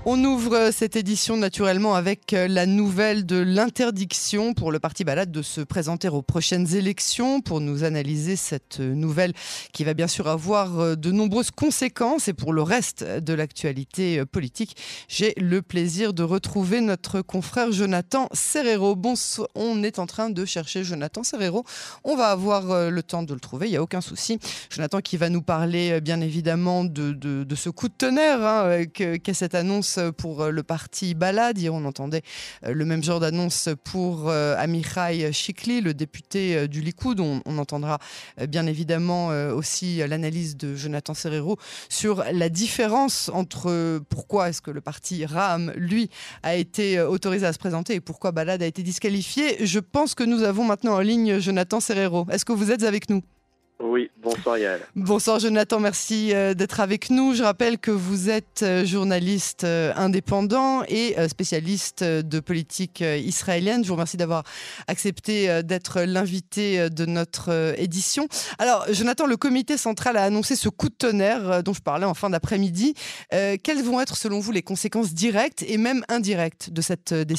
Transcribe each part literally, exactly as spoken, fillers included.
On ouvre cette édition naturellement avec la nouvelle de l'interdiction pour le parti Balad de se présenter aux prochaines élections. Pour nous analyser cette nouvelle qui va bien sûr avoir de nombreuses conséquences et pour le reste de l'actualité politique, j'ai le plaisir de retrouver notre confrère Jonathan Serrero. Bon, on est en train de chercher Jonathan Serrero. On va avoir le temps de le trouver, il n'y a aucun souci. Jonathan qui va nous parler bien évidemment de, de, de ce coup de tonnerre hein, qu'est cette annonce pour le parti Balad. Hier, on entendait le même genre d'annonce pour Amichai Shikli, le député du Likoud. On, on entendra bien évidemment aussi l'analyse de Jonathan Serrero sur la différence entre pourquoi est-ce que le parti Ra'am, lui, a été autorisé à se présenter et pourquoi Balad a été disqualifié. Je pense que nous avons maintenant en ligne Jonathan Serrero. Est-ce que vous êtes avec nous ? Oui, bonsoir Yael. Bonsoir Jonathan, merci d'être avec nous. Je rappelle que vous êtes journaliste indépendant et spécialiste de politique israélienne. Je vous remercie d'avoir accepté d'être l'invité de notre édition. Alors Jonathan, le comité central a annoncé ce coup de tonnerre dont je parlais en fin d'après-midi. Euh, quelles vont être selon vous les conséquences directes et même indirectes de cette décision ?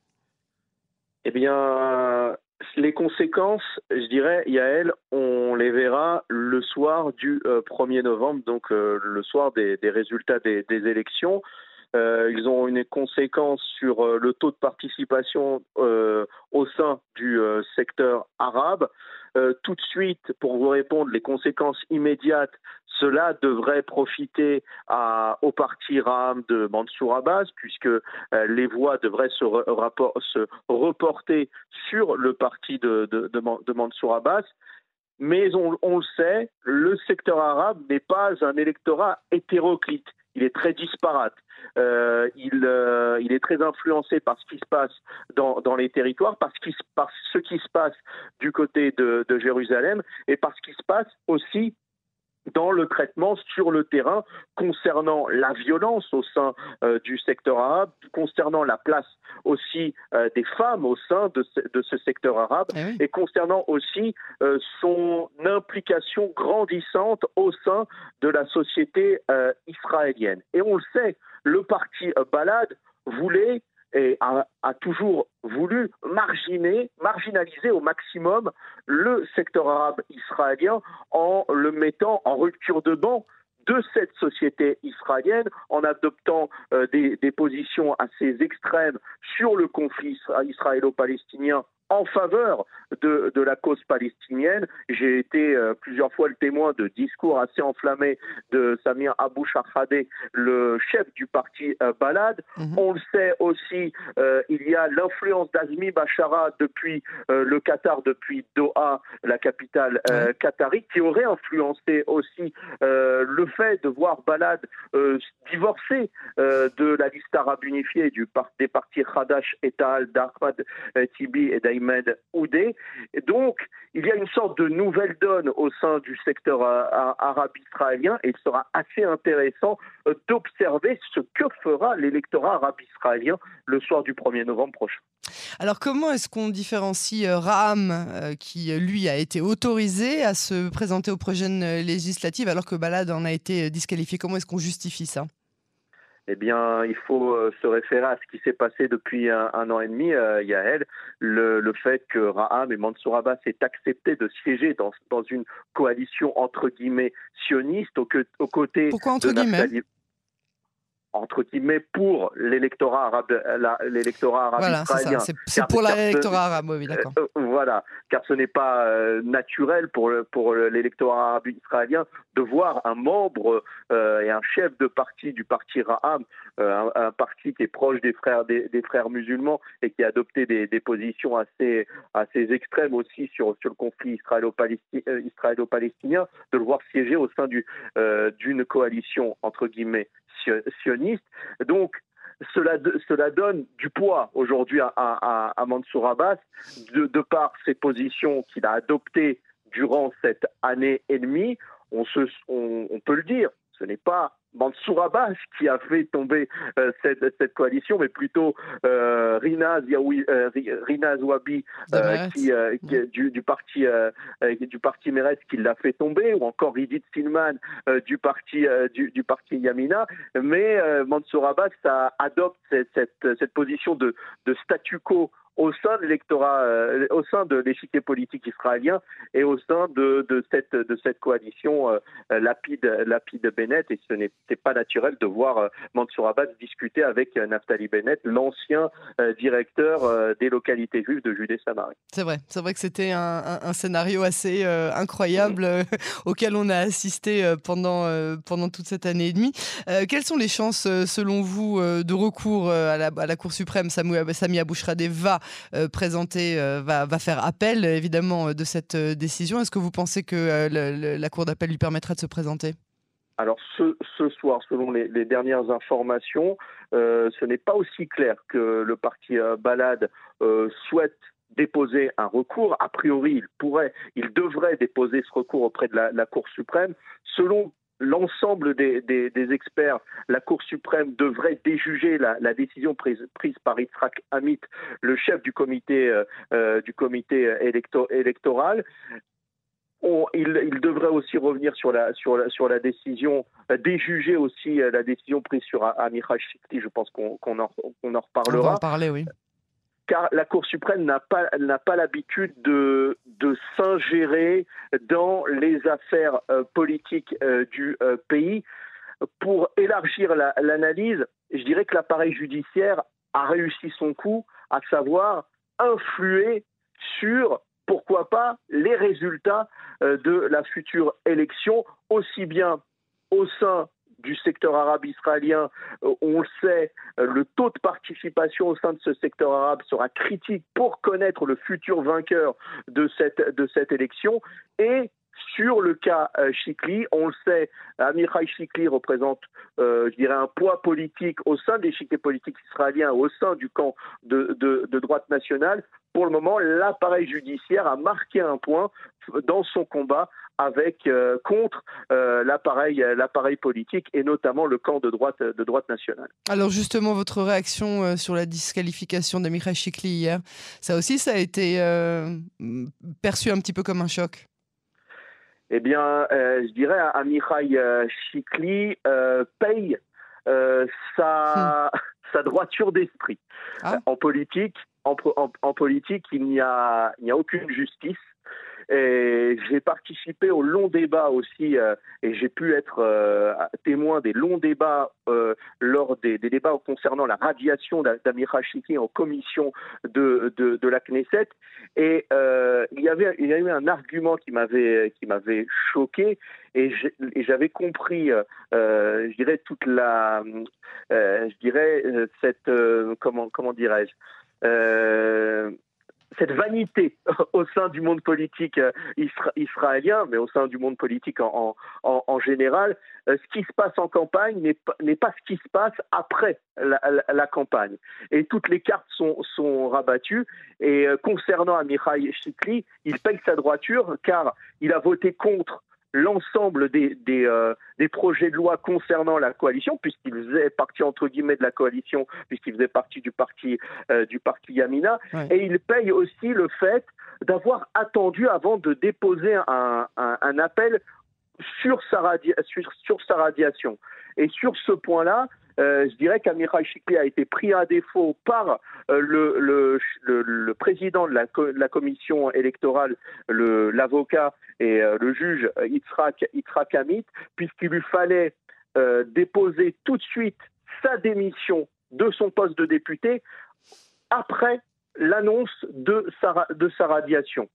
Eh bien, les conséquences, je dirais, Yael, on les verra le soir du euh, premier novembre, donc euh, le soir des, des résultats des, des élections. Euh, ils ont une conséquence sur euh, le taux de participation euh, au sein du euh, secteur arabe. Euh, tout de suite, pour vous répondre, les conséquences immédiates, cela devrait profiter à, au parti Ra'am de Mansour Abbas, puisque euh, les voix devraient se, re, rapport, se reporter sur le parti de, de, de, de Mansour Abbas. Mais on, on le sait, le secteur arabe n'est pas un électorat hétéroclite. Il est très disparate. Euh, il, euh, il est très influencé par ce qui se passe dans, dans les territoires, par ce, qui, par ce qui se passe du côté de, de Jérusalem et par ce qui se passe aussi dans le traitement sur le terrain concernant la violence au sein euh, du secteur arabe, concernant la place aussi euh, des femmes au sein de ce, de ce secteur arabe eh oui. et concernant aussi euh, son implication grandissante au sein de la société euh, israélienne. Et on le sait, le parti euh, Balad voulait et a, a toujours voulu marginer, marginaliser au maximum le secteur arabe israélien en le mettant en rupture de banc de cette société israélienne, en adoptant euh, des, des positions assez extrêmes sur le conflit israélo-palestinien en faveur de, de la cause palestinienne. J'ai été euh, plusieurs fois le témoin de discours assez enflammés de Samir Abou Shahadeh, le chef du parti euh, Balad. Mm-hmm. On le sait aussi, euh, il y a l'influence d'Azmi Bachara depuis euh, le Qatar, depuis Doha, la capitale euh, mm-hmm. qatari, qui aurait influencé aussi euh, le fait de voir Balad euh, divorcer euh, de la liste arabe unifiée du par- des partis Hadash et Ta'al d'Ahmad euh, Tibi et d'Ayman Oudé. Et donc, il y a une sorte de nouvelle donne au sein du secteur arabe israélien et il sera assez intéressant d'observer ce que fera l'électorat arabe israélien le soir du premier novembre prochain. Alors, comment est-ce qu'on différencie Ra'am, euh, qui, lui, a été autorisé à se présenter aux prochaines législatives alors que Balad en a été disqualifié ? Comment est-ce qu'on justifie ça ? Eh bien, il faut euh, se référer à ce qui s'est passé depuis un, un an et demi, euh, Yael, le, le fait que Ra'am et Mansour Abbas aient accepté de siéger dans, dans une coalition entre guillemets sioniste aux, aux côtés Pourquoi entre de guillemets entre guillemets pour l'électorat arabe, la, l'électorat arabe voilà, israélien. C'est, ça. c'est, c'est pour car l'électorat ce, arabe, oui, d'accord. Euh, voilà, car ce n'est pas euh, naturel pour, le, pour l'électorat arabe israélien de voir un membre euh, et un chef de parti du parti Ra'am, euh, un, un parti qui est proche des frères, des, des frères musulmans et qui a adopté des, des positions assez, assez extrêmes aussi sur, sur le conflit israélo-palestinien, euh, israélo-palestinien, de le voir siéger au sein du, euh, d'une coalition, entre guillemets, sioniste. Donc, cela, cela donne du poids aujourd'hui à, à, à Mansour Abbas, de, de par ses positions qu'il a adoptées durant cette année et demie. On, se, on, on peut le dire, ce n'est pas Mansour Abbas qui a fait tomber euh, cette, cette coalition, mais plutôt euh, Rina, Ziaoui, euh, Rina Zouabi euh, qui, euh, qui, ouais. du, du parti euh, du parti Meretz qui l'a fait tomber, ou encore Idit Silman euh, du parti euh, du, du parti Yamina. Mais euh, Mansour Abbas ça adopte cette, cette, cette position de, de statu quo au sein de l'électorat, euh, au sein de l'échiquier politique israélien et au sein de, de, cette, de cette coalition euh, Lapid, Lapid Bennett. Et ce n'était pas naturel de voir euh, Mansour Abbas discuter avec euh, Naftali Bennett, l'ancien euh, directeur euh, des localités juives de Judée-Samarie. C'est vrai, c'est vrai que c'était un, un, un scénario assez euh, incroyable mmh. euh, auquel on a assisté euh, pendant, euh, pendant toute cette année et demie. Euh, quelles sont les chances, euh, selon vous, euh, de recours euh, à, la, à la Cour suprême? Sami Abou-Shradeh va Euh, présenter, euh, va, va faire appel évidemment euh, de cette euh, décision. Est-ce que vous pensez que euh, le, le, la Cour d'appel lui permettra de se présenter? Alors ce, ce soir, selon les, les dernières informations, euh, ce n'est pas aussi clair que le parti euh, Balad euh, souhaite déposer un recours. A priori, il pourrait, il devrait déposer ce recours auprès de la, la Cour suprême. Selon l'ensemble des, des, des experts, la Cour suprême devrait déjuger la, la décision prise, prise par Yitzhak Amit, le chef du comité, euh, du comité électo, électoral. On, il, il devrait aussi revenir sur la, sur la, sur la décision, euh, déjuger aussi euh, la décision prise sur Amichai Shikli. Je pense qu'on, qu'on, en, qu'on en reparlera. On va en parler, oui. Car la Cour suprême n'a pas, n'a pas l'habitude de, de s'ingérer dans les affaires euh, politiques euh, du euh, pays. Pour élargir la, l'analyse, je dirais que l'appareil judiciaire a réussi son coup, à savoir influer sur, pourquoi pas, les résultats euh, de la future élection, aussi bien au sein du secteur arabe israélien, euh, on le sait, euh, le taux de participation au sein de ce secteur arabe sera critique pour connaître le futur vainqueur de cette, de cette élection. Et sur le cas euh, Shikli, on le sait, Amichai Shikli représente, euh, je dirais, un poids politique au sein de l'échiquier politique israélien, au sein du camp de, de, de droite nationale. Pour le moment, l'appareil judiciaire a marqué un point dans son combat avec euh, contre euh, l'appareil, l'appareil politique et notamment le camp de droite, de droite nationale. Alors justement, votre réaction euh, sur la disqualification d'Amichai Shikli hier, ça aussi, ça a été euh, perçu un petit peu comme un choc? Eh bien, euh, je dirais Amichai euh, Shikli euh, paye euh, sa, hmm. sa droiture d'esprit. Ah. En politique, en, en, en politique, il n'y a, il n'y a aucune justice. Et j'ai participé au long débat aussi, euh, et j'ai pu être euh, témoin des longs débats euh, lors des, des débats concernant la radiation d'Amichai Shikli en commission de, de, de la Knesset. Et euh, il y avait, il y a eu un argument qui m'avait, qui m'avait choqué, et, et j'avais compris, euh, je dirais toute la, euh, je dirais cette, euh, comment, comment dirais-je. Euh, cette vanité au sein du monde politique isra- israélien, mais au sein du monde politique en, en, en général, euh, ce qui se passe en campagne n'est pas, n'est pas ce qui se passe après la, la, la campagne. Et toutes les cartes sont, sont rabattues. Et euh, concernant Amichai Shikli, il paye sa droiture car il a voté contre l'ensemble des, des, euh, des projets de loi concernant la coalition, puisqu'il faisait partie, entre guillemets, de la coalition, puisqu'il faisait partie du parti, euh, du parti Yamina. Ouais. Et il paye aussi le fait d'avoir attendu avant de déposer un, un, un appel sur sa, radia- sur, sur sa radiation. Et sur ce point-là, Euh, je dirais qu'Amichai Shikli a été pris à défaut par euh, le, le, le, le président de la, co- de la commission électorale, le, l'avocat et euh, le juge Yitzhak, Yitzhak Amit, puisqu'il lui fallait euh, déposer tout de suite sa démission de son poste de député après l'annonce de sa, de sa radiation.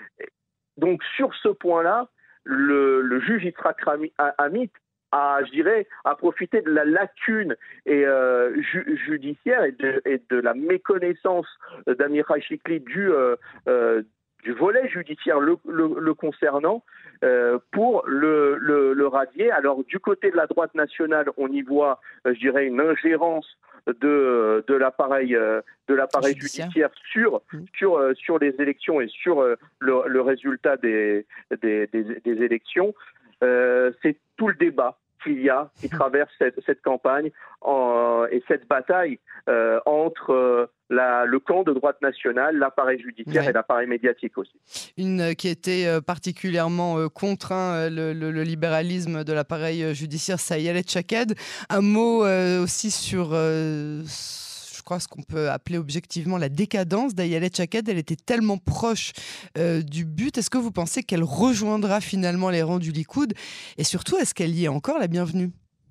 Donc sur ce point-là, le, le juge Yitzhak Amit à, je dirais, à profiter de la lacune et, euh, ju- judiciaire et de, et de la méconnaissance d'Amichai Shikli du, euh, euh, du volet judiciaire le, le, le concernant euh, pour le, le, le radier. Alors, du côté de la droite nationale, on y voit, euh, je dirais, une ingérence de, de l'appareil, euh, de l'appareil judiciaire, judiciaire sur, mmh. sur, euh, sur les élections et sur euh, le, le résultat des, des, des, des élections. Euh, c'est tout le débat qu'il y a, qui traverse cette, cette campagne en, et cette bataille euh, entre euh, la, le camp de droite nationale, l'appareil judiciaire ouais. et l'appareil médiatique aussi. Une qui était particulièrement euh, contraint, le, le, le libéralisme de l'appareil judiciaire, c'est Ayelet Shaked. Un mot euh, aussi sur... Euh, je crois ce qu'on peut appeler objectivement la décadence d'Ayelet Shaked. Elle était tellement proche euh, du but. Est-ce que vous pensez qu'elle rejoindra finalement les rangs du Likoud? Et surtout, est-ce qu'elle y est encore la bienvenue?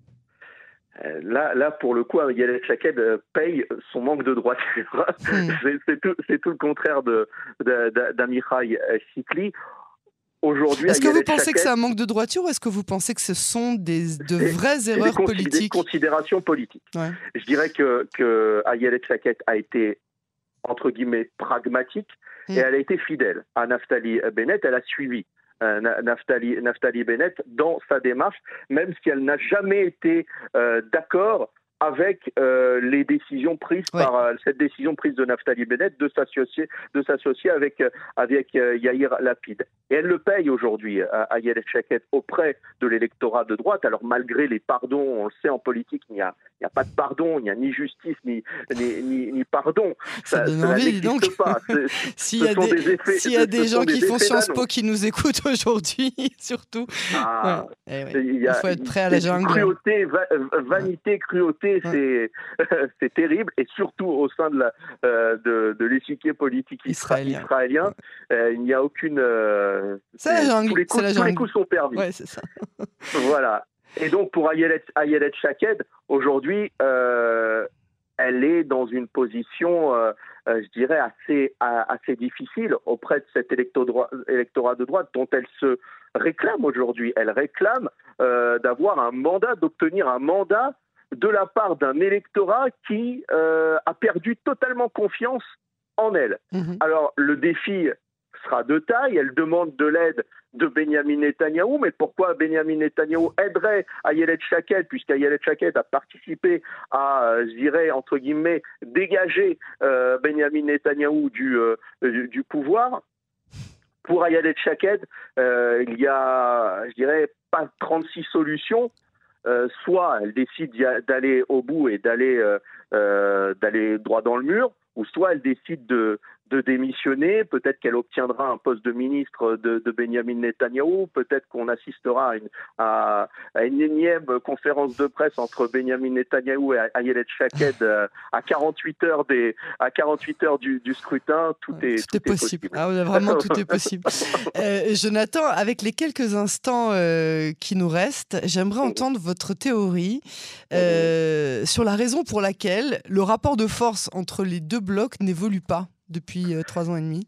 Là, là, pour le coup, Ayelet Shaked paye son manque de droiture. Hmm. c'est, c'est, tout, c'est tout le contraire de, de, de, d'Amichai Chikli. Aujourd'hui, est-ce que Ayelet vous pensez Shaked, que c'est un manque de droiture ou est-ce que vous pensez que ce sont des, de vraies c'est, erreurs c'est des politiques? Des considérations politiques. Ouais. Je dirais que, que Ayelet Shaked a été, entre guillemets, pragmatique mmh. et elle a été fidèle à Naftali Bennett. Elle a suivi euh, Naftali, Naftali Bennett dans sa démarche, même si elle n'a jamais été euh, d'accord avec euh, les décisions prises ouais. par euh, cette décision prise de Naftali Bennett de s'associer de s'associer avec euh, avec euh, Yair Lapid. Et elle le paye aujourd'hui à Ayelet Shaked auprès de l'électorat de droite. Alors malgré les pardons, on le sait en politique, il n'y a il n'y a pas de pardon, il n'y a ni justice ni ni ni, ni pardon. Ça, ça donne envie, donc. S'il y a des, des, effets, s'il y a des gens qui font Sciences Po qui nous écoutent aujourd'hui, surtout. Ah, ouais. ouais. Il, y a, il faut être prêt à la jungle. Cruauté, va, vanité, cruauté. Ouais. C'est, c'est terrible, et surtout au sein de, la, euh, de, de l'échiquier politique israélien, israélien ouais. euh, il n'y a aucune... Euh, c'est la jungle. Tous les coups, c'est la tous les coups sont permis. Ouais, c'est ça. Voilà. Et donc pour Ayelet, Ayelet Shaked, aujourd'hui, euh, elle est dans une position, euh, euh, je dirais, assez, assez difficile auprès de cet électorat de droite dont elle se réclame aujourd'hui. Elle réclame euh, d'avoir un mandat, d'obtenir un mandat de la part d'un électorat qui euh, a perdu totalement confiance en elle. Mmh. Alors, le défi sera de taille, elle demande de l'aide de Benyamin Netanyahou, mais pourquoi Benyamin Netanyahou aiderait Ayelet Shaked, puisqu'Ayelet Shaked a participé à, euh, je dirais, entre guillemets, dégager euh, Benyamin Netanyahou du, euh, du, du pouvoir. Pour Ayelet Shaked, euh, il y a, je dirais, pas trente-six solutions. Euh, soit elle décide d'aller au bout et d'aller euh, euh, d'aller droit dans le mur, ou soit elle décide de, de démissionner. Peut-être qu'elle obtiendra un poste de ministre de, de Benyamin Netanyahou. Peut-être qu'on assistera à une, à, à une énième conférence de presse entre Benyamin Netanyahou et Ayelet Shaked euh, à quarante-huit heures des à quarante-huit heures du, du scrutin. Tout est tout, tout est, est possible. possible. Ah, vraiment, tout est possible. euh, Jonathan, avec les quelques instants euh, qui nous restent, j'aimerais entendre votre théorie euh, sur la raison pour laquelle le rapport de force entre les deux blocs n'évolue pas depuis euh, trois ans et demi.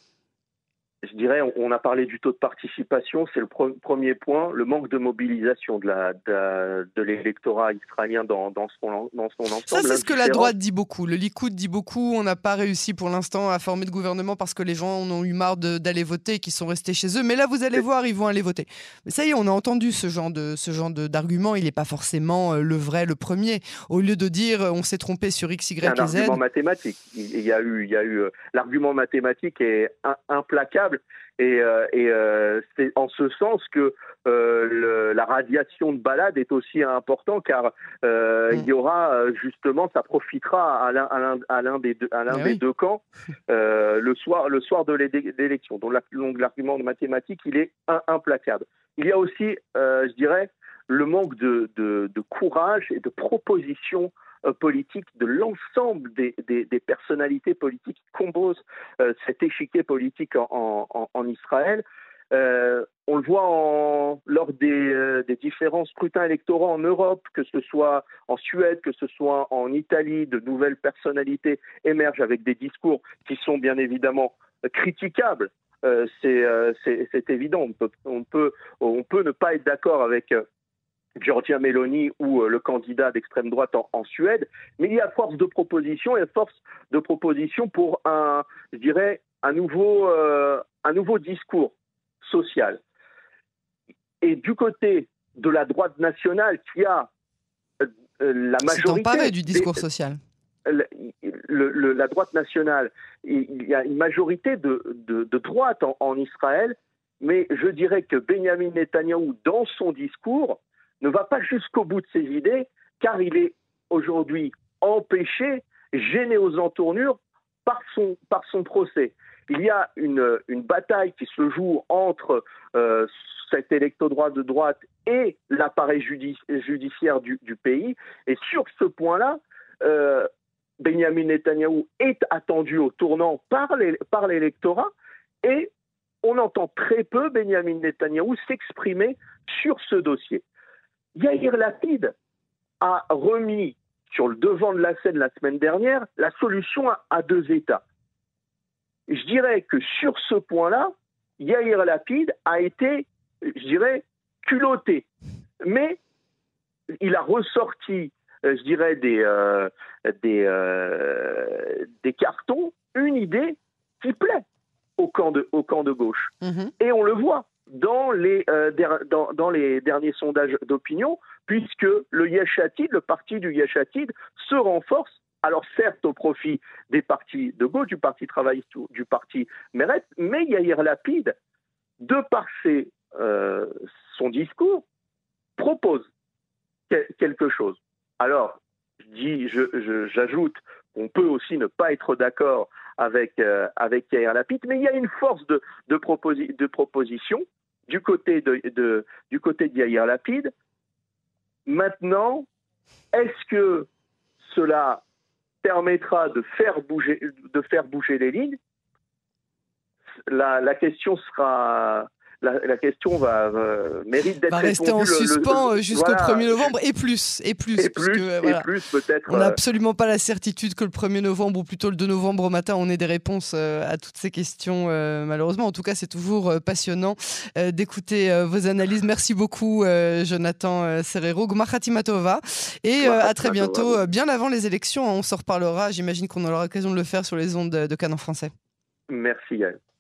Je dirais, on a parlé du taux de participation, c'est le pre- premier point, le manque de mobilisation de, la, de, de l'électorat israélien dans, dans, son, dans son ensemble. Ça, c'est ce que la droite dit beaucoup. Le Likoud dit beaucoup. On n'a pas réussi pour l'instant à former de gouvernement parce que les gens en ont eu marre de, d'aller voter et qu'ils sont restés chez eux. Mais là, vous allez c'est... voir, ils vont aller voter. Mais ça y est, on a entendu ce genre, de, ce genre de, d'argument. Il n'est pas forcément le vrai, le premier. Au lieu de dire on s'est trompé sur X, Y et Z. C'est un argument mathématique. Il y a eu, il y a eu l'argument mathématique est implacable. Et, euh, et euh, c'est en ce sens que euh, le, la radiation de Balad est aussi important, car euh, mmh. il y aura justement, ça profitera à l'un, à l'un, à l'un des deux, à l'un des oui. deux camps euh, le soir, le soir de l'élection. Donc, la, donc l'argument mathématique, il est un, implacable. Il y a aussi, euh, je dirais, le manque de, de, de courage et de proposition politique de l'ensemble des, des, des personnalités politiques qui composent euh, cet échiquier politique en, en, en Israël. Euh, on le voit en, lors des, euh, des différents scrutins électoraux en Europe, que ce soit en Suède, que ce soit en Italie, de nouvelles personnalités émergent avec des discours qui sont bien évidemment critiquables. Euh, c'est, euh, c'est, c'est évident. On peut, on, peut, on peut ne pas être d'accord avec euh, Giorgia Meloni ou euh, le candidat d'extrême droite en, en Suède, mais il y a force de proposition et force de proposition pour un, je dirais, un nouveau, euh, un nouveau discours social. Et du côté de la droite nationale, qui a euh, la majorité... C'est emparé du discours des, social. Le, le, le, la droite nationale, il y a une majorité de, de, de droite en, en Israël, mais je dirais que Benyamin Netanyahou, dans son discours, ne va pas jusqu'au bout de ses idées, car il est aujourd'hui empêché, gêné aux entournures par son, par son procès. Il y a une, une bataille qui se joue entre euh, cet électorat de droite et l'appareil judici- judiciaire du, du pays. Et sur ce point-là, euh, Benyamin Netanyahou est attendu au tournant par, les, par l'électorat et on entend très peu Benyamin Netanyahou s'exprimer sur ce dossier. Yair Lapid a remis sur le devant de la scène la semaine dernière la solution à, à deux États. Je dirais que sur ce point-là, Yair Lapid a été, je dirais, culotté. Mais il a ressorti, je dirais, des, euh, des, euh, des cartons, une idée qui plaît au camp de, au camp de gauche. Mmh. Et on le voit dans les, euh, der, dans, dans les derniers sondages d'opinion, puisque le Yesh Atid, le parti du Yesh Atid, se renforce, alors certes au profit des partis de gauche, du parti travailliste ou du parti Meretz, mais Yair Lapid, de par ses, euh, son discours, propose quelque chose. Alors, je dis, je, je, j'ajoute qu'on peut aussi ne pas être d'accord avec, euh, avec Yair Lapid, mais il y a une force de, de, proposi- de proposition du côté de, de, du côté de Yair Lapid. Maintenant, est-ce que cela permettra de faire bouger, de faire bouger les lignes ? La, la question sera... La, la question va, euh, mérite d'être va rester en le, suspens le, jusqu'au voilà, premier novembre et plus et plus et plus, que, et voilà, plus peut-être. On n'a absolument pas la certitude que le premier novembre ou plutôt le deux novembre au matin on ait des réponses euh, à toutes ces questions euh, malheureusement. En tout cas, c'est toujours euh, passionnant euh, d'écouter euh, vos analyses. Merci beaucoup euh, Jonathan euh, Serero. Gmar Khatima Tova et euh, à très bientôt, euh, bien avant les élections. On s'en reparlera. J'imagine qu'on aura l'occasion de le faire sur les ondes de, de Cannes en français. Merci Yael.